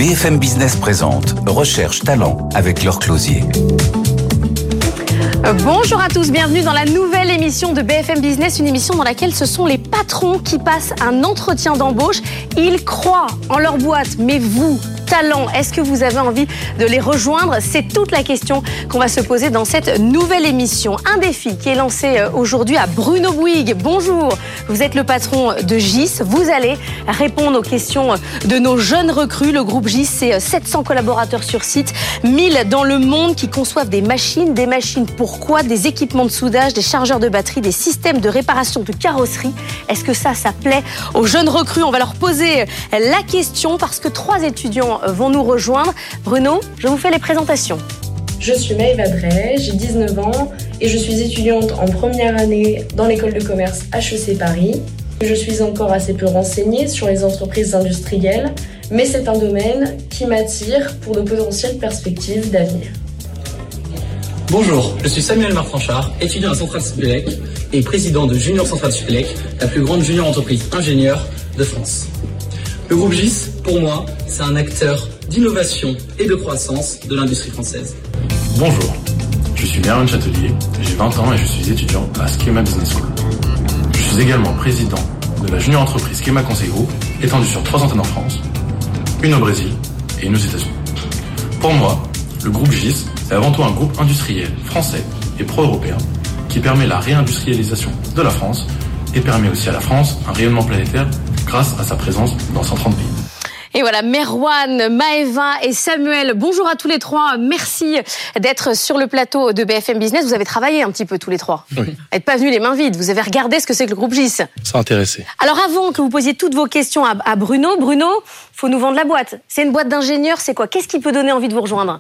BFM Business présente Recherche Talent avec Laure Closier. Bonjour à tous, bienvenue dans la nouvelle émission de BFM Business, une émission dans laquelle ce sont les patrons qui passent un entretien d'embauche. Ils croient en leur boîte, mais vous, talent, est-ce que vous avez envie de les rejoindre? C'est toute la question qu'on va se poser dans cette nouvelle émission. Un défi qui est lancé aujourd'hui à Bruno Bouygues. Bonjour, vous êtes le patron de GIS. Vous allez répondre aux questions de nos jeunes recrues. Le groupe GIS, c'est 700 collaborateurs sur site, 1000 dans le monde qui conçoivent des machines pourquoi, des équipements de soudage, des chargeurs de batterie, des systèmes de réparation de carrosserie. Est-ce que ça plaît aux jeunes recrues? On va leur poser la question parce que 3 étudiants vont nous rejoindre. Bruno, je vous fais les présentations. Je suis Maëva Drey, j'ai 19 ans et je suis étudiante en première année dans l'école de commerce HEC Paris. Je suis encore assez peu renseignée sur les entreprises industrielles, mais c'est un domaine qui m'attire pour de potentielles perspectives d'avenir. Bonjour, je suis Samuel Marfranchard, étudiant à Centrale Supélec et président de Junior Centrale Supélec, la plus grande junior entreprise ingénieure de France. Le groupe GIS, pour moi, c'est un acteur d'innovation et de croissance de l'industrie française. Bonjour, je suis Merlin Châtelier, j'ai 20 ans et je suis étudiant à Schema Business School. Je suis également président de la junior entreprise Schema Conseil Group, étendue sur 3 antennes en France, une au Brésil et une aux États-Unis. Pour moi, le groupe GIS, c'est avant tout un groupe industriel français et pro-européen qui permet la réindustrialisation de la France et permet aussi à la France un rayonnement planétaire grâce à sa présence dans 130 pays. Et voilà, Merwan, Maëva et Samuel, bonjour à tous les 3. Merci d'être sur le plateau de BFM Business. Vous avez travaillé un petit peu tous les 3. Oui. Vous n'êtes pas venus les mains vides, vous avez regardé ce que c'est que le groupe GIS. Ça intéressé. Alors avant que vous posiez toutes vos questions à Bruno, faut nous vendre la boîte. C'est une boîte d'ingénieurs, c'est quoi? Qu'est-ce qui peut donner envie de vous rejoindre?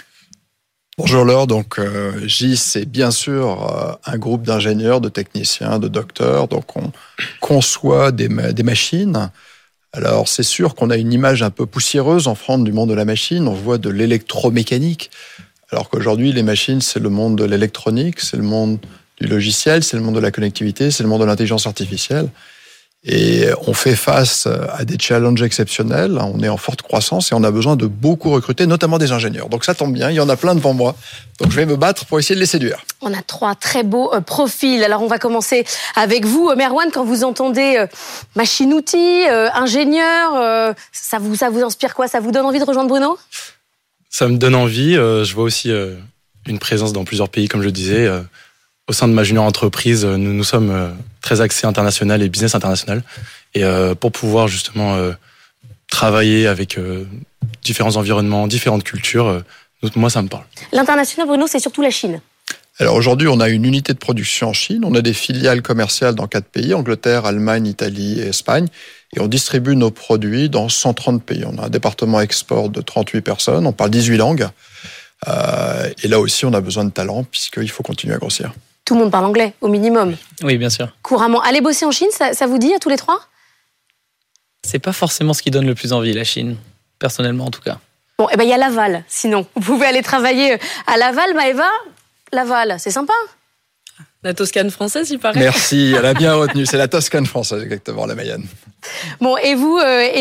Bonjour Laure, donc GIS c'est bien sûr un groupe d'ingénieurs, de techniciens, de docteurs, donc on conçoit des machines. Alors c'est sûr qu'on a une image un peu poussiéreuse en France du monde de la machine, on voit de l'électromécanique, alors qu'aujourd'hui les machines c'est le monde de l'électronique, c'est le monde du logiciel, c'est le monde de la connectivité, c'est le monde de l'intelligence artificielle. Et on fait face à des challenges exceptionnels, on est en forte croissance et on a besoin de beaucoup recruter, notamment des ingénieurs. Donc ça tombe bien, il y en a plein devant moi. Donc je vais me battre pour essayer de les séduire. On a 3 très beaux profils. Alors on va commencer avec vous, Merwan. Quand vous entendez machine-outil, ingénieur, ça vous inspire quoi? Ça vous donne envie de rejoindre Bruno? Ça me donne envie. Je vois aussi une présence dans plusieurs pays, comme je le disais. Au sein de ma junior entreprise, nous sommes très axés international et business international. Et pour pouvoir justement travailler avec différents environnements, différentes cultures, moi ça me parle. L'international, Bruno, c'est surtout la Chine. Alors aujourd'hui, on a une unité de production en Chine. On a des filiales commerciales dans 4 pays, Angleterre, Allemagne, Italie et Espagne. Et on distribue nos produits dans 130 pays. On a un département export de 38 personnes. On parle 18 langues. Et là aussi, on a besoin de talent puisqu'il faut continuer à grossir. Tout le monde parle anglais, au minimum. Oui, bien sûr. Couramment. Aller bosser en Chine, ça vous dit à tous les 3? C'est pas forcément ce qui donne le plus envie, la Chine. Personnellement, en tout cas. Bon, il y a Laval, sinon. Vous pouvez aller travailler à Laval, Maëva. Laval, c'est sympa. La Toscane française, il paraît. Merci, elle a bien retenu. C'est la Toscane française, exactement, la Mayenne. Bon, et vous,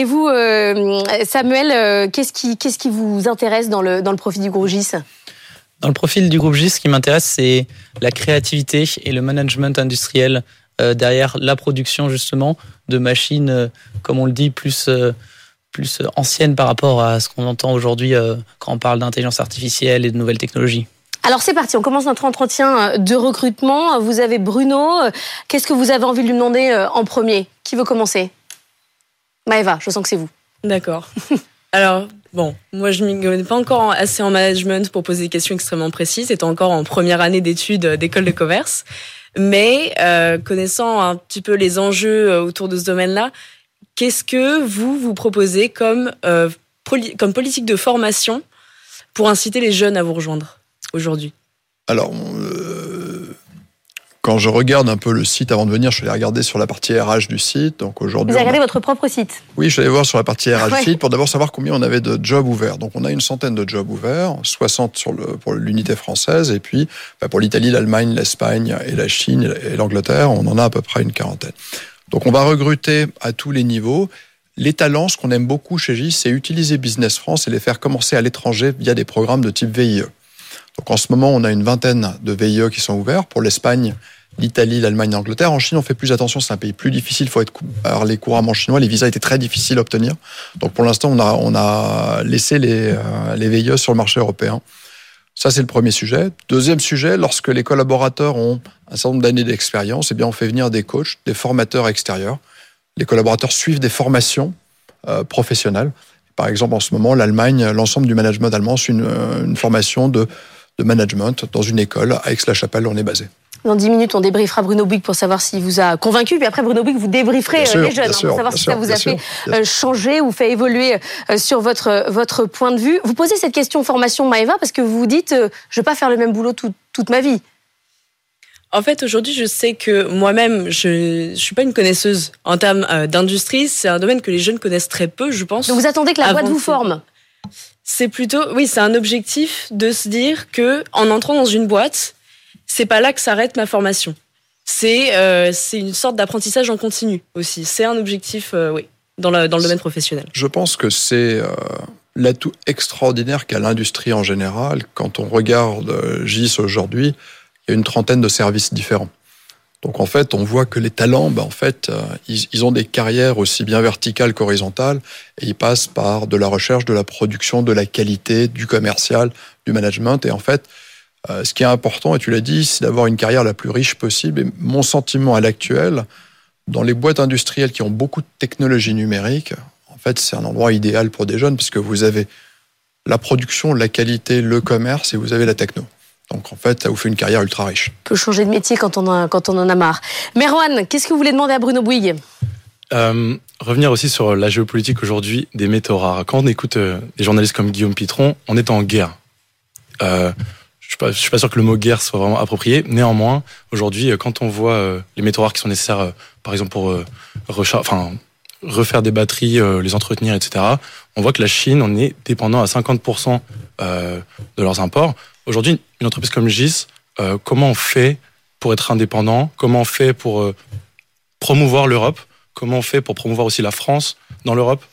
Samuel, qu'est-ce qui vous intéresse dans le profil du groupe GIS? Dans le profil du groupe GIS, ce qui m'intéresse, c'est la créativité et le management industriel derrière la production, justement, de machines, comme on le dit, plus anciennes par rapport à ce qu'on entend aujourd'hui quand on parle d'intelligence artificielle et de nouvelles technologies. Alors c'est parti, on commence notre entretien de recrutement. Vous avez Bruno. Qu'est-ce que vous avez envie de lui demander en premier? Qui veut commencer? Maëva, je sens que c'est vous. D'accord. Alors, bon, moi je ne m'y connais pas encore assez en management pour poser des questions extrêmement précises, étant encore en première année d'études d'école de commerce. Mais connaissant un petit peu les enjeux autour de ce domaine-là, qu'est-ce que vous proposez comme politique de formation pour inciter les jeunes à vous rejoindre aujourd'hui? Alors, quand je regarde un peu le site avant de venir, je suis allé regarder sur la partie RH du site. Donc aujourd'hui, vous avez regardé votre propre site? Oui, je suis allé voir sur la partie RH du site pour d'abord savoir combien on avait de jobs ouverts. Donc on a une centaine de jobs ouverts, 60 pour l'unité française, et puis pour l'Italie, l'Allemagne, l'Espagne et la Chine et l'Angleterre, on en a à peu près une quarantaine. Donc on va recruter à tous les niveaux. Les talents, ce qu'on aime beaucoup chez GIS, c'est utiliser Business France et les faire commencer à l'étranger via des programmes de type VIE. Donc en ce moment, on a une vingtaine de VIE qui sont ouverts pour l'Espagne, l'Italie, l'Allemagne et l'Angleterre. En Chine, on fait plus attention, c'est un pays plus difficile, il faut parler couramment chinois. Les visas étaient très difficiles à obtenir. Donc pour l'instant, on a laissé les VIE sur le marché européen. Ça, c'est le premier sujet. Deuxième sujet, lorsque les collaborateurs ont un certain nombre d'années d'expérience, eh bien, on fait venir des coachs, des formateurs extérieurs. Les collaborateurs suivent des formations professionnelles. Par exemple, en ce moment, l'Allemagne, l'ensemble du management allemand suit une formation de management dans une école à Aix-la-Chapelle où on est basé. Dans 10 minutes, on débriefera Bruno Bouygues pour savoir s'il vous a convaincu. Puis après, Bruno Bouygues, vous débrieferez les jeunes pour savoir si ça vous a fait changer ou fait évoluer sur votre point de vue. Vous posez cette question formation, Maëva, parce que vous vous dites je ne vais pas faire le même boulot toute ma vie. En fait, aujourd'hui, je sais que moi-même, je suis pas une connaisseuse en termes d'industrie. C'est un domaine que les jeunes connaissent très peu, je pense. Donc vous attendez que la boîte vous forme? C'est plutôt, oui, c'est un objectif de se dire que en entrant dans une boîte, c'est pas là que s'arrête ma formation. C'est une sorte d'apprentissage en continu aussi. C'est un objectif, oui, dans le domaine professionnel. Je pense que c'est l'atout extraordinaire qu'a l'industrie en général. Quand on regarde GIS aujourd'hui, il y a une trentaine de services différents. Donc en fait, on voit que les talents, ils ont des carrières aussi bien verticales qu'horizontales, et ils passent par de la recherche, de la production, de la qualité, du commercial, du management. Et en fait, ce qui est important, et tu l'as dit, c'est d'avoir une carrière la plus riche possible. Et mon sentiment à l'actuel, dans les boîtes industrielles qui ont beaucoup de technologies numériques, en fait, c'est un endroit idéal pour des jeunes, puisque vous avez la production, la qualité, le commerce, et vous avez la techno. Donc en fait, ça vous fait une carrière ultra riche. On peut changer de métier quand on en a marre. Merwan, qu'est-ce que vous voulez demander à Bruno Bouygues ? Revenir aussi sur la géopolitique aujourd'hui des métaux rares. Quand on écoute des journalistes comme Guillaume Pitron, on est en guerre. Je suis pas sûr que le mot guerre soit vraiment approprié. Néanmoins, aujourd'hui, quand on voit les métaux rares qui sont nécessaires, par exemple pour refaire des batteries, les entretenir, etc., on voit que la Chine, on est dépendant à 50% de leurs imports. Aujourd'hui, une entreprise comme GIS, comment on fait pour être indépendant? Comment on fait pour promouvoir l'Europe? Comment on fait pour promouvoir aussi la France dans l'Europe?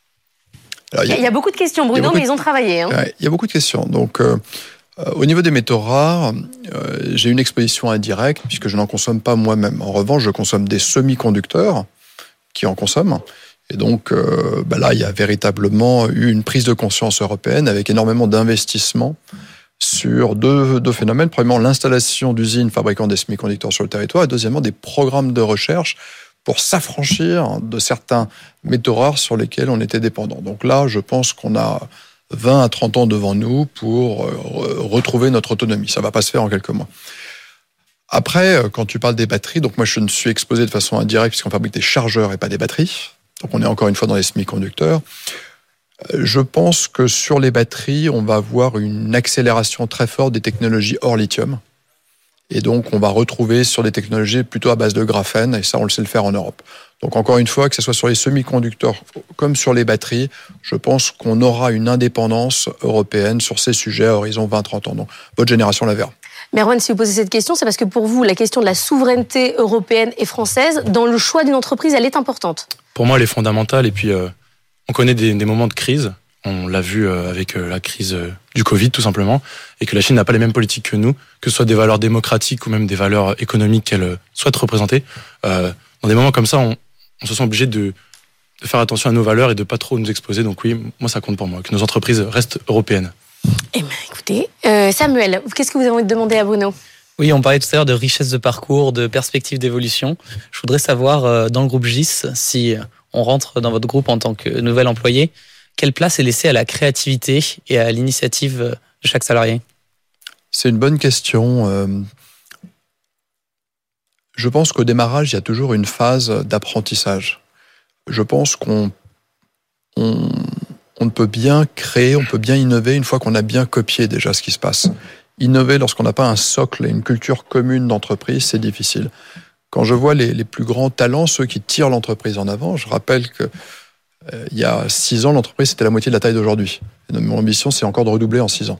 Il y a beaucoup de questions, Bruno, mais ils ont travaillé. Hein. Il y a beaucoup de questions. Donc, au niveau des métaux rares, j'ai une exposition indirecte puisque je n'en consomme pas moi-même. En revanche, je consomme des semi-conducteurs qui en consomment. Et donc, là, il y a véritablement eu une prise de conscience européenne avec énormément d'investissements sur deux phénomènes. Premièrement, l'installation d'usines fabriquant des semi-conducteurs sur le territoire et deuxièmement, des programmes de recherche pour s'affranchir de certains métaux rares sur lesquels on était dépendant. Donc là, je pense qu'on a 20 à 30 ans devant nous pour retrouver notre autonomie. Ça ne va pas se faire en quelques mois. Après, quand tu parles des batteries, donc moi je ne suis exposé de façon indirecte puisqu'on fabrique des chargeurs et pas des batteries. Donc on est encore une fois dans les semi-conducteurs. Je pense que sur les batteries, on va avoir une accélération très forte des technologies hors lithium. Et donc, on va retrouver sur des technologies plutôt à base de graphène, et ça, on le sait le faire en Europe. Donc, encore une fois, que ce soit sur les semi-conducteurs comme sur les batteries, je pense qu'on aura une indépendance européenne sur ces sujets à horizon 20-30 ans. Donc, votre génération la verra. Merwan, si vous posez cette question, c'est parce que pour vous, la question de la souveraineté européenne et française, dans le choix d'une entreprise, elle est importante. Pour moi, elle est fondamentale. Et puis, on connaît des moments de crise. On l'a vu avec la crise du Covid, tout simplement, et que la Chine n'a pas les mêmes politiques que nous, que ce soit des valeurs démocratiques ou même des valeurs économiques qu'elle souhaite représenter. Dans des moments comme ça, on se sent obligé de faire attention à nos valeurs et de pas trop nous exposer. Donc oui, moi, ça compte pour moi, que nos entreprises restent européennes. Eh bien, écoutez, Samuel, qu'est-ce que vous avez envie de demander à Bruno ? Oui, on parlait tout à l'heure de richesse de parcours, de perspectives d'évolution. Je voudrais savoir, dans le groupe GIS, si on rentre dans votre groupe en tant que nouvel employé, quelle place est laissée à la créativité et à l'initiative de chaque salarié ? C'est une bonne question. Je pense qu'au démarrage, il y a toujours une phase d'apprentissage. Je pense qu'on peut bien créer, on peut bien innover une fois qu'on a bien copié déjà ce qui se passe. Innover lorsqu'on n'a pas un socle et une culture commune d'entreprise, c'est difficile. Quand je vois les plus grands talents, ceux qui tirent l'entreprise en avant, je rappelle que il y a 6 ans, l'entreprise, c'était la moitié de la taille d'aujourd'hui. Et mon ambition, c'est encore de redoubler en 6 ans.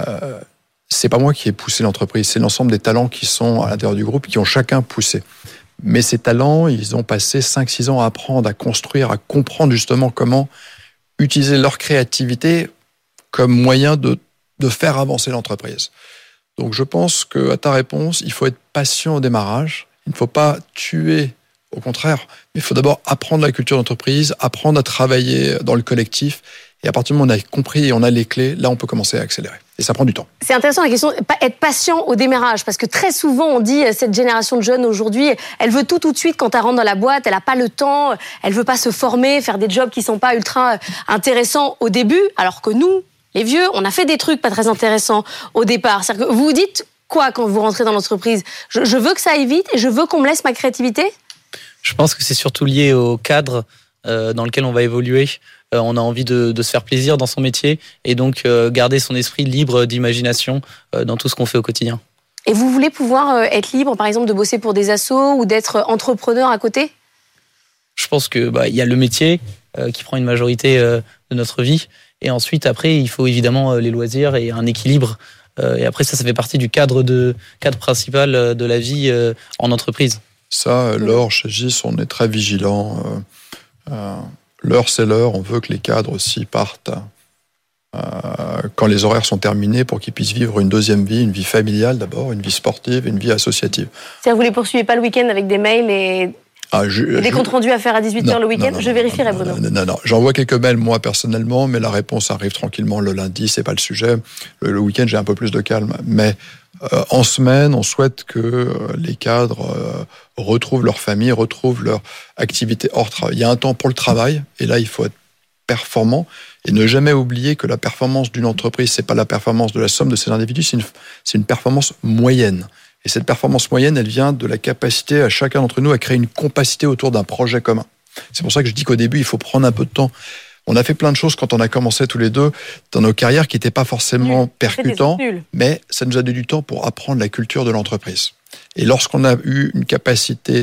C'est pas moi qui ai poussé l'entreprise, c'est l'ensemble des talents qui sont à l'intérieur du groupe, qui ont chacun poussé. Mais ces talents, ils ont passé 5-6 ans à apprendre, à construire, à comprendre justement comment utiliser leur créativité comme moyen de faire avancer l'entreprise. Donc je pense qu'à ta réponse, il faut être patient au démarrage. Il ne faut pas tuer, au contraire, mais il faut d'abord apprendre la culture d'entreprise, apprendre à travailler dans le collectif. Et à partir du moment où on a compris et on a les clés, là on peut commencer à accélérer. Et ça prend du temps. C'est intéressant la question, être patient au démarrage, parce que très souvent on dit cette génération de jeunes aujourd'hui, elle veut tout de suite quand elle rentre dans la boîte, elle n'a pas le temps, elle veut pas se former, faire des jobs qui sont pas ultra intéressants au début, alors que nous, les vieux, on a fait des trucs pas très intéressants au départ. C'est-à-dire que vous vous dites quoi quand vous rentrez dans l'entreprise ? Je veux que ça aille vite et je veux qu'on me laisse ma créativité ? Je pense que c'est surtout lié au cadre dans lequel on va évoluer. On a envie de se faire plaisir dans son métier et donc garder son esprit libre d'imagination dans tout ce qu'on fait au quotidien. Et vous voulez pouvoir être libre, par exemple, de bosser pour des assos ou d'être entrepreneur à côté ? Je pense que il y a le métier qui prend une majorité de notre vie. Et ensuite, après, il faut évidemment les loisirs et un équilibre. Et après, ça fait partie du cadre principal de la vie en entreprise. Ça, Laure, chez GIS, on est très vigilant. L'heure, c'est l'heure. On veut que les cadres aussi partent quand les horaires sont terminés pour qu'ils puissent vivre une deuxième vie, une vie familiale d'abord, une vie sportive, une vie associative. C'est-à-dire vous ne les poursuivez pas le week-end avec des mails et des comptes rendus à faire à 18h le week-end ? Je vérifierai, Bruno. Non. J'envoie quelques mails, moi, personnellement, mais la réponse arrive tranquillement le lundi, c'est pas le sujet. Le week-end, j'ai un peu plus de calme. Mais en semaine, on souhaite que les cadres retrouvent leur famille, retrouvent leur activité hors travail. Il y a un temps pour le travail, et là, il faut être performant, et ne jamais oublier que la performance d'une entreprise, c'est pas la performance de la somme de ses individus, c'est une performance moyenne. Et cette performance moyenne, elle vient de la capacité à chacun d'entre nous à créer une compacité autour d'un projet commun. C'est pour ça que je dis qu'au début, il faut prendre un peu de temps. On a fait plein de choses quand on a commencé tous les deux dans nos carrières qui n'étaient pas forcément percutants, mais ça nous a donné du temps pour apprendre la culture de l'entreprise. Et lorsqu'on a eu une capacité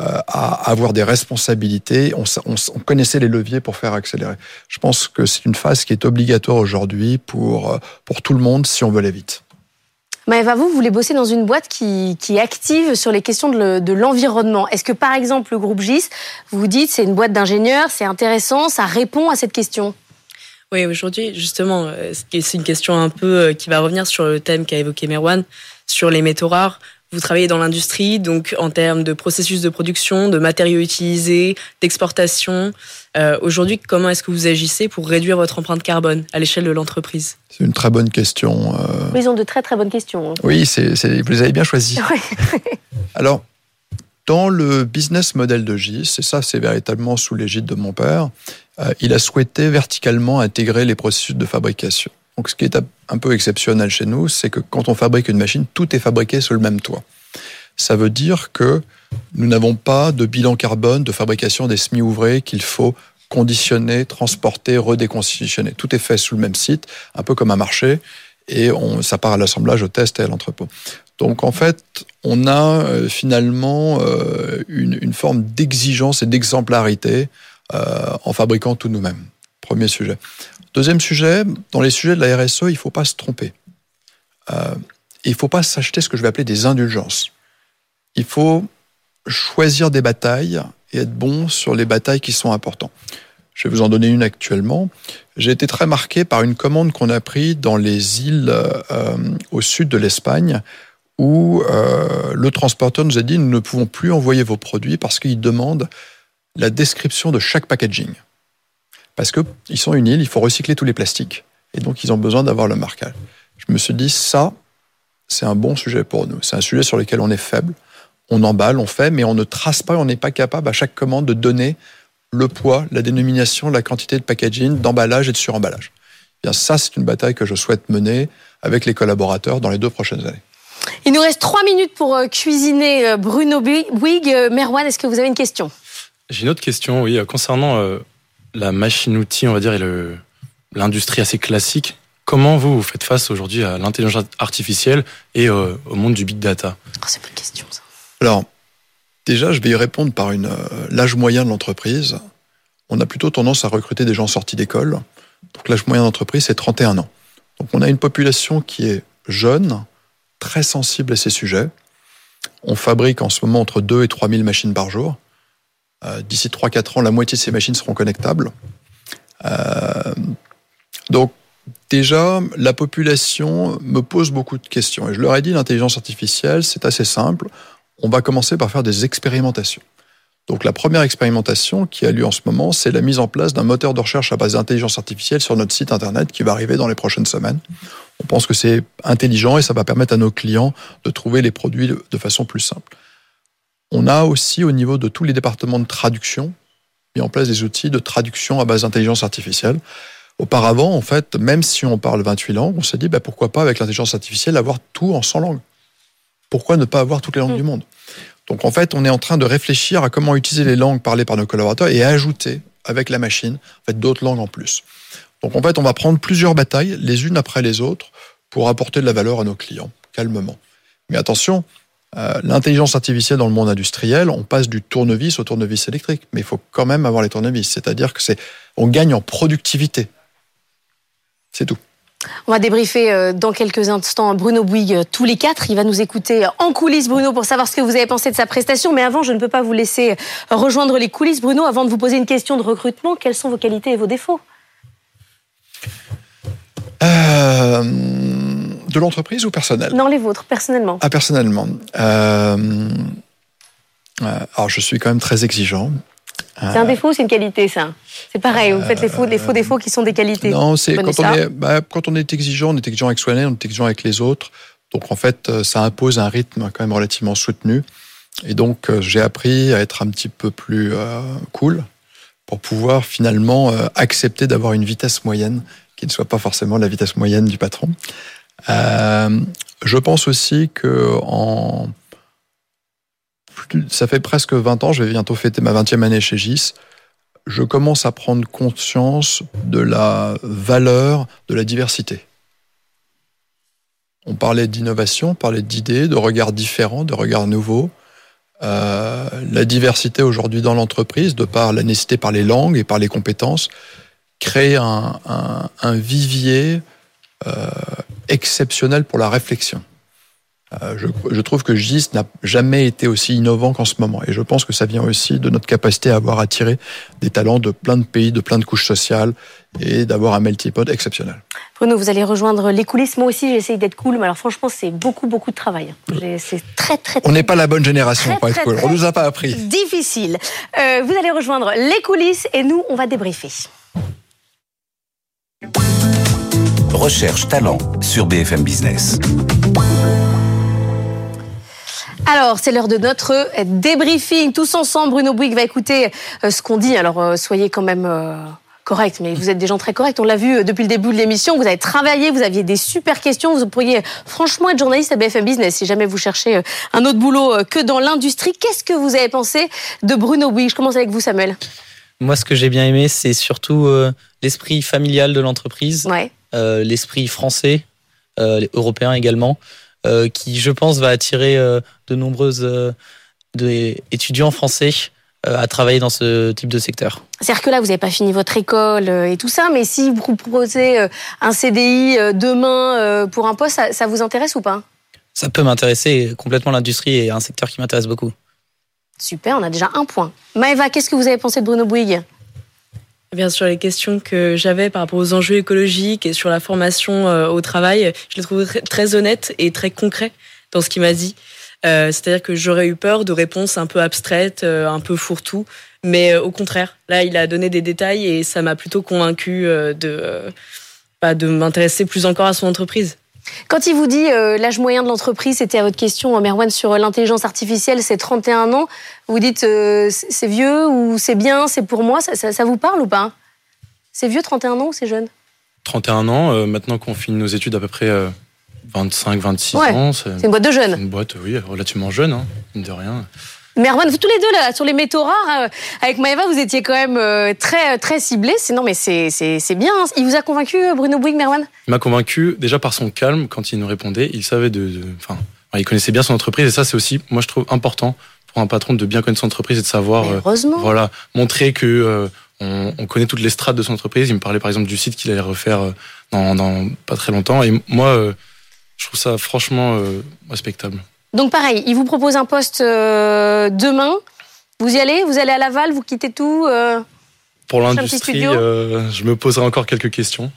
à avoir des responsabilités, on connaissait les leviers pour faire accélérer. Je pense que c'est une phase qui est obligatoire aujourd'hui pour tout le monde si on veut aller vite. Maëva, vous voulez bosser dans une boîte qui est active sur les questions de l'environnement. Est-ce que, par exemple, le groupe GIS, vous vous dites, c'est une boîte d'ingénieurs, c'est intéressant, ça répond à cette question ? Oui, aujourd'hui, justement, c'est une question un peu qui va revenir sur le thème qu'a évoqué Merwan, sur les métaux rares. Vous travaillez dans l'industrie, donc en termes de processus de production, de matériaux utilisés, d'exportation. Aujourd'hui, comment est-ce que vous agissez pour réduire votre empreinte carbone à l'échelle de l'entreprise ? C'est une très bonne question. Ils ont de très très bonnes questions. Oui, vous les avez bien choisis. Ouais. Alors, dans le business model de GIS, et ça c'est véritablement sous l'égide de mon père, il a souhaité verticalement intégrer les processus de fabrication. Donc, ce qui est un peu exceptionnel chez nous, c'est que quand on fabrique une machine, tout est fabriqué sous le même toit. Ça veut dire que nous n'avons pas de bilan carbone de fabrication des semi-ouvrés qu'il faut conditionner, transporter, redéconditionner. Tout est fait sous le même site, un peu comme un marché, et ça part à l'assemblage, au test et à l'entrepôt. Donc, en fait, on a finalement une forme d'exigence et d'exemplarité en fabriquant tout nous-mêmes. Premier sujet. Deuxième sujet, dans les sujets de la RSE, il ne faut pas se tromper. Il ne faut pas s'acheter ce que je vais appeler des indulgences. Il faut choisir des batailles et être bon sur les batailles qui sont importantes. Je vais vous en donner une actuellement. J'ai été très marqué par une commande qu'on a prise dans les îles au sud de l'Espagne où le transporteur nous a dit « Nous ne pouvons plus envoyer vos produits parce qu'ils demandent la description de chaque packaging. » Parce qu'ils sont une île, il faut recycler tous les plastiques. Et donc, ils ont besoin d'avoir le marquage. Je me suis dit, ça, c'est un bon sujet pour nous. C'est un sujet sur lequel on est faible. On emballe, on fait, mais on ne trace pas, on n'est pas capable à chaque commande de donner le poids, la dénomination, la quantité de packaging, d'emballage et de suremballage. Bien, ça, c'est une bataille que je souhaite mener avec les collaborateurs dans les 2 prochaines années. Il nous reste 3 minutes pour cuisiner Bruno Bouygues. Merwan, est-ce que vous avez une question ? J'ai une autre question, oui, concernant la machine-outil, on va dire, et l'industrie assez classique. Comment vous faites face aujourd'hui à l'intelligence artificielle et au monde du big data ? C'est pas une question, ça. Alors, déjà, je vais y répondre par l'âge moyen de l'entreprise. On a plutôt tendance à recruter des gens sortis d'école. Donc, l'âge moyen d'entreprise, c'est 31 ans. Donc, on a une population qui est jeune, très sensible à ces sujets. On fabrique en ce moment entre 2 et 3 000 machines par jour. D'ici 3-4 ans, la moitié de ces machines seront connectables. Donc, déjà, la population me pose beaucoup de questions. Et je leur ai dit, l'intelligence artificielle, c'est assez simple. On va commencer par faire des expérimentations. Donc, la première expérimentation qui a lieu en ce moment, c'est la mise en place d'un moteur de recherche à base d'intelligence artificielle sur notre site Internet qui va arriver dans les prochaines semaines. On pense que c'est intelligent et ça va permettre à nos clients de trouver les produits de façon plus simple. On a aussi, au niveau de tous les départements de traduction, mis en place des outils de traduction à base d'intelligence artificielle. Auparavant, en fait, même si on parle 28 langues, on s'est dit, pourquoi pas, avec l'intelligence artificielle, avoir tout en 100 langues? Pourquoi ne pas avoir toutes les langues du monde? Donc, en fait, on est en train de réfléchir à comment utiliser les langues parlées par nos collaborateurs et ajouter, avec la machine, en fait, d'autres langues en plus. Donc, en fait, on va prendre plusieurs batailles, les unes après les autres, pour apporter de la valeur à nos clients, calmement. Mais attention, l'intelligence artificielle dans le monde industriel, on passe du tournevis au tournevis électrique, mais il faut quand même avoir les tournevis. C'est-à-dire que on gagne en productivité. C'est tout. On va débriefer dans quelques instants Bruno Bouygues, tous les 4. Il va nous écouter en coulisses, Bruno, pour savoir ce que vous avez pensé de sa prestation. Mais avant, je ne peux pas vous laisser rejoindre les coulisses. Bruno, avant de vous poser une question de recrutement, quelles sont vos qualités et vos défauts? De l'entreprise ou personnel? Non, les vôtres, personnellement. Personnellement. Alors, je suis quand même très exigeant. C'est un défaut ou c'est une qualité, ça? C'est pareil, vous faites les faux défauts qui sont des qualités. Non, c'est quand on est exigeant avec soi-même, on est exigeant avec les autres. Donc, en fait, ça impose un rythme quand même relativement soutenu. Et donc, j'ai appris à être un petit peu plus cool pour pouvoir finalement accepter d'avoir une vitesse moyenne qui ne soit pas forcément la vitesse moyenne du patron. Je pense aussi que ça fait presque 20 ans, je vais bientôt fêter ma 20e année chez GIS, je commence à prendre conscience de la valeur de la diversité. On parlait d'innovation, on parlait d'idées, de regards différents, de regards nouveaux. La diversité aujourd'hui dans l'entreprise, de par la nécessité par les langues et par les compétences, crée un vivier exceptionnel pour la réflexion. Je trouve que GIS n'a jamais été aussi innovant qu'en ce moment. Et je pense que ça vient aussi de notre capacité à avoir attiré des talents de plein de pays, de plein de couches sociales et d'avoir un melting pot exceptionnel. Bruno, vous allez rejoindre les coulisses. Moi aussi, j'essaye d'être cool. Mais alors franchement, c'est beaucoup de travail. C'est très On n'est pas la bonne génération pour être cool. On nous a pas appris. Difficile. Vous allez rejoindre les coulisses et nous, on va débriefer. Recherche talent sur BFM Business. Alors, c'est l'heure de notre débriefing. Tous ensemble, Bruno Bouygues va écouter ce qu'on dit. Alors, soyez quand même corrects, mais vous êtes des gens très corrects. On l'a vu depuis le début de l'émission. Vous avez travaillé, vous aviez des super questions. Vous pourriez franchement être journaliste à BFM Business si jamais vous cherchez un autre boulot que dans l'industrie. Qu'est-ce que vous avez pensé de Bruno Bouygues? Je commence avec vous, Samuel. Moi, ce que j'ai bien aimé, c'est surtout l'esprit familial de l'entreprise, l'esprit français, européen également, qui, je pense, va attirer de nombreuses étudiants français à travailler dans ce type de secteur. C'est-à-dire que là, vous n'avez pas fini votre école et tout ça, mais si vous proposez un CDI demain pour un poste, ça vous intéresse ou pas? Ça peut m'intéresser. Complètement, l'industrie est un secteur qui m'intéresse beaucoup. Super, on a déjà un point. Maëva, qu'est-ce que vous avez pensé de Bruno Bouygues? Bien sûr, les questions que j'avais par rapport aux enjeux écologiques et sur la formation au travail, je les trouve très honnêtes et très concrets dans ce qu'il m'a dit. C'est-à-dire que j'aurais eu peur de réponses un peu abstraites, un peu fourre-tout, mais au contraire, là, il a donné des détails et ça m'a plutôt convaincu de m'intéresser plus encore à son entreprise. Quand il vous dit l'âge moyen de l'entreprise, c'était à votre question, Merwan, sur l'intelligence artificielle, c'est 31 ans. Vous dites c'est vieux ou c'est bien, c'est pour moi, ça vous parle ou pas? C'est vieux 31 ans ou c'est jeune? 31 ans, maintenant qu'on finit nos études à peu près 25, 26 ans. C'est une boîte de jeunes. C'est une boîte, oui, relativement jeune, mine de rien. Merwan, vous tous les deux là, sur les métaux rares, avec Maëva, vous étiez quand même très ciblés. Non, mais c'est bien. Hein. Il vous a convaincu, Bruno Bouygues, Merwan? Il m'a convaincu déjà par son calme quand il nous répondait. Il savait il connaissait bien son entreprise et ça, c'est aussi, moi, je trouve important pour un patron de bien connaître son entreprise et de savoir, montrer que on connaît toutes les strates de son entreprise. Il me parlait par exemple du site qu'il allait refaire dans pas très longtemps et moi, je trouve ça franchement respectable. Donc pareil, il vous propose un poste demain. Vous y allez ? Vous allez à Laval ? Vous quittez tout Pour petit l'industrie, studio je me poserai encore quelques questions.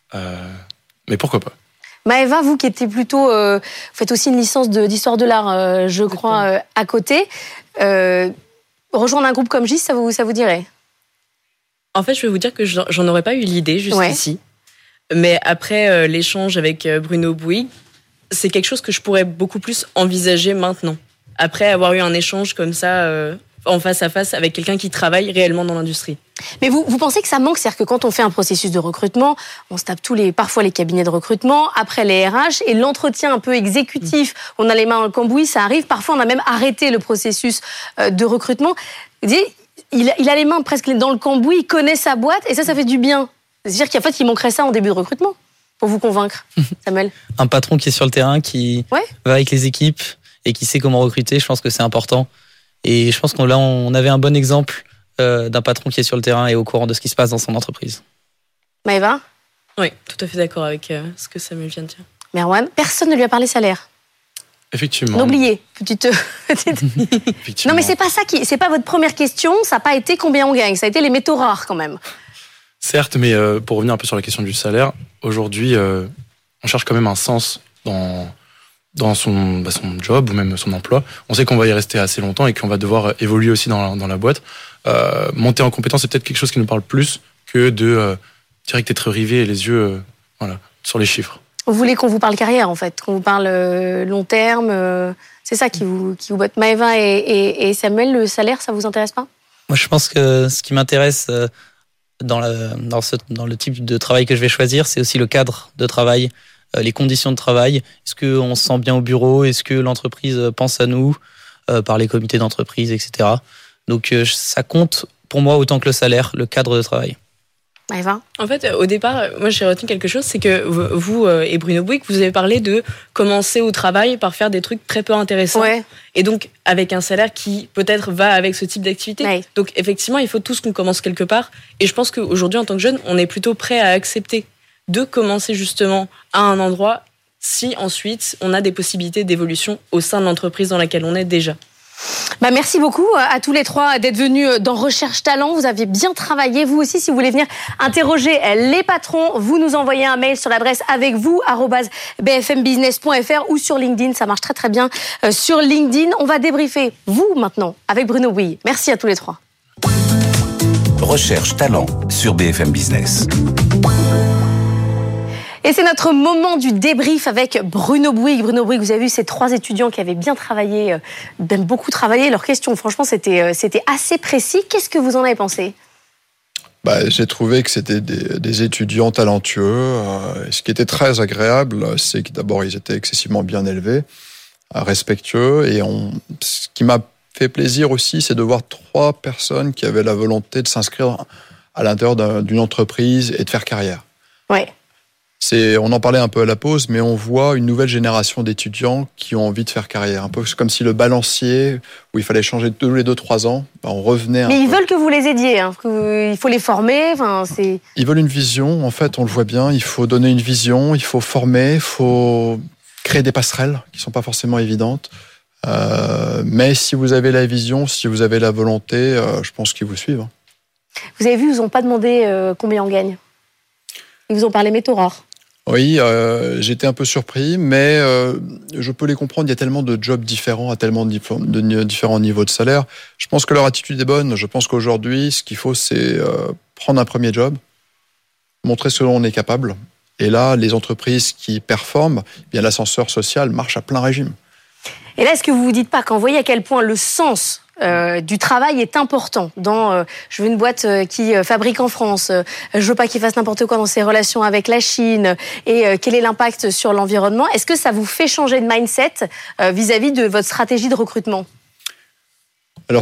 Mais pourquoi pas ? Maëva, vous qui étiez plutôt... vous faites aussi une licence d'histoire de l'art, je crois, à côté. Rejoindre un groupe comme GIS, ça vous dirait ? En fait, je vais vous dire que j'en aurais pas eu l'idée jusqu'ici. Mais après l'échange avec Bruno Bouygues, c'est quelque chose que je pourrais beaucoup plus envisager maintenant. Après avoir eu un échange comme ça, en face à face, avec quelqu'un qui travaille réellement dans l'industrie. Mais vous pensez que ça manque ? C'est-à-dire que quand on fait un processus de recrutement, on se tape parfois les cabinets de recrutement, après les RH, et l'entretien un peu exécutif, on a les mains dans le cambouis, ça arrive. Parfois, on a même arrêté le processus de recrutement. Il a les mains presque dans le cambouis, il connaît sa boîte, et ça fait du bien. C'est-à-dire qu'en fait, il manquerait ça en début de recrutement, pour vous convaincre, Samuel. Un patron qui est sur le terrain, qui va avec les équipes et qui sait comment recruter, je pense que c'est important. Et je pense qu'on avait un bon exemple d'un patron qui est sur le terrain et au courant de ce qui se passe dans son entreprise. Maëva ? Oui, tout à fait d'accord avec ce que Samuel vient de dire. Merwan, personne ne lui a parlé salaire. Effectivement. N'oubliez, petite... Effectivement. Non, mais c'est pas votre première question, ça n'a pas été combien on gagne, ça a été les métaux rares quand même. Certes, mais pour revenir un peu sur la question du salaire, aujourd'hui, on cherche quand même un sens dans son job ou même son emploi. On sait qu'on va y rester assez longtemps et qu'on va devoir évoluer aussi dans la boîte. Monter en compétence, c'est peut-être quelque chose qui nous parle plus que de direct être rivé et les yeux sur les chiffres. Vous voulez qu'on vous parle carrière, en fait, qu'on vous parle long terme, c'est ça qui vous botte. Maëva et Samuel, le salaire, ça vous intéresse pas ? Moi, je pense que ce qui m'intéresse dans le type de travail que je vais choisir, c'est aussi le cadre de travail, les conditions de travail. Est-ce qu'on se sent bien au bureau ? Est-ce que l'entreprise pense à nous par les comités d'entreprise, etc. Donc, ça compte pour moi autant que le salaire, le cadre de travail. Maëva ? En fait, au départ, moi j'ai retenu quelque chose, c'est que vous et Bruno Bouygues, vous avez parlé de commencer au travail par faire des trucs très peu intéressants. Ouais. Et donc, avec un salaire qui peut-être va avec ce type d'activité. Ouais. Donc, effectivement, il faut tous qu'on commence quelque part. Et je pense qu'aujourd'hui, en tant que jeune, on est plutôt prêt à accepter de commencer justement à un endroit si ensuite on a des possibilités d'évolution au sein de l'entreprise dans laquelle on est déjà. Merci beaucoup à tous les trois d'être venus dans Recherche Talent. Vous avez bien travaillé. Vous aussi, si vous voulez venir interroger les patrons, vous nous envoyez un mail sur l'adresse avecvous@bfmbusiness.fr ou sur LinkedIn. Ça marche très très bien sur LinkedIn. On va débriefer, vous maintenant, avec Bruno Bouygues. Merci à tous les trois. Recherche Talent sur BFM Business. Et c'est notre moment du débrief avec Bruno Bouygues. Bruno Bouygues, vous avez vu ces trois étudiants qui avaient bien travaillé, même beaucoup travaillé. Leurs questions, franchement, c'était assez précis. Qu'est-ce que vous en avez pensé ? J'ai trouvé que c'était des étudiants talentueux. Ce qui était très agréable, c'est que d'abord, ils étaient excessivement bien élevés, respectueux. Et ce qui m'a fait plaisir aussi, c'est de voir trois personnes qui avaient la volonté de s'inscrire à l'intérieur d'une entreprise et de faire carrière. Ouais. On en parlait un peu à la pause, mais on voit une nouvelle génération d'étudiants qui ont envie de faire carrière. Un peu comme si le balancier, où il fallait changer tous les 2-3 ans, on revenait. Mais ils veulent que vous les aidiez, il faut les former. Ils veulent une vision, en fait, on le voit bien. Il faut donner une vision, il faut former, il faut créer des passerelles qui ne sont pas forcément évidentes. Mais si vous avez la vision, si vous avez la volonté, je pense qu'ils vous suivent. Vous avez vu, ils vous ont pas demandé combien on gagne. Ils vous ont parlé métaux rares. Oui, j'étais un peu surpris, mais je peux les comprendre. Il y a tellement de jobs différents, à tellement de différents niveaux de salaire. Je pense que leur attitude est bonne. Je pense qu'aujourd'hui, ce qu'il faut, c'est prendre un premier job, montrer ce dont on est capable. Et là, les entreprises qui performent, bien l'ascenseur social marche à plein régime. Et là, est-ce que vous vous dites pas, quand vous voyez à quel point le sens du travail est important dans je veux une boîte qui fabrique en France, je veux pas qu'il fasse n'importe quoi dans ses relations avec la Chine et quel est l'impact sur l'environnement, est-ce que ça vous fait changer de mindset vis-à-vis de votre stratégie de recrutement ? Alors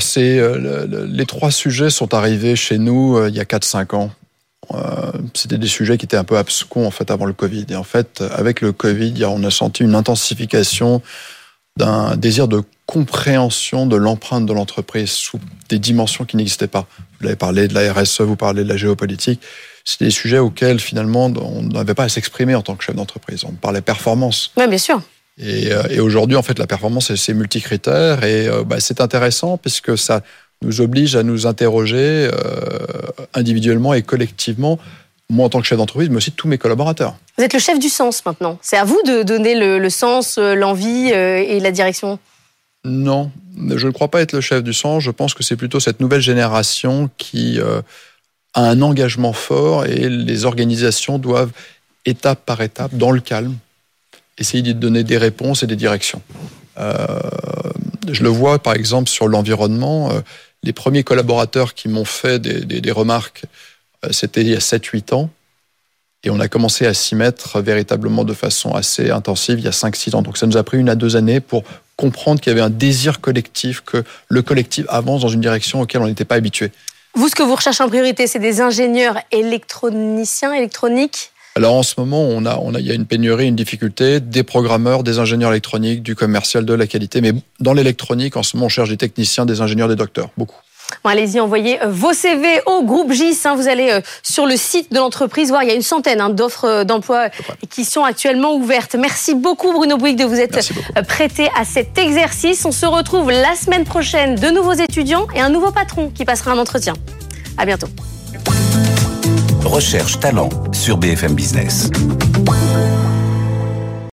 les trois sujets sont arrivés chez nous il y a 4-5 ans. C'était des sujets qui étaient un peu abscons en fait avant le Covid, et en fait avec le Covid on a senti une intensification d'un désir de compréhension de l'empreinte de l'entreprise sous des dimensions qui n'existaient pas. Vous avez parlé de la RSE, vous parlez de la géopolitique. C'est des sujets auxquels, finalement, on n'avait pas à s'exprimer en tant que chef d'entreprise. On parlait performance. Oui, bien sûr. Et aujourd'hui, en fait, la performance, c'est multicritère et c'est intéressant puisque ça nous oblige à nous interroger individuellement et collectivement, moi en tant que chef d'entreprise, mais aussi tous mes collaborateurs. Vous êtes le chef du sens maintenant. C'est à vous de donner le sens, l'envie et la direction. Non, je ne crois pas être le chef du sens. Je pense que c'est plutôt cette nouvelle génération qui a un engagement fort et les organisations doivent, étape par étape, dans le calme, essayer de donner des réponses et des directions. Je le vois, par exemple, sur l'environnement. Les premiers collaborateurs qui m'ont fait des remarques, c'était il y a 7-8 ans. Et on a commencé à s'y mettre véritablement de façon assez intensive il y a 5-6 ans. Donc ça nous a pris 1 à 2 années pour comprendre qu'il y avait un désir collectif, que le collectif avance dans une direction auquel on n'était pas habitué. Vous, ce que vous recherchez en priorité, c'est des ingénieurs électroniciens, électroniques ? Alors en ce moment, il y a une pénurie, une difficulté, des programmeurs, des ingénieurs électroniques, du commercial, de la qualité. Mais dans l'électronique, en ce moment, on cherche des techniciens, des ingénieurs, des docteurs, beaucoup. Bon, allez-y, envoyez vos CV au groupe GIS. Vous allez sur le site de l'entreprise voir, il y a une centaine d'offres d'emploi qui sont actuellement ouvertes. Merci beaucoup Bruno Bouygues de vous être prêté à cet exercice. On se retrouve la semaine prochaine, de nouveaux étudiants et un nouveau patron qui passera un entretien. À bientôt. Recherche talent sur BFM Business.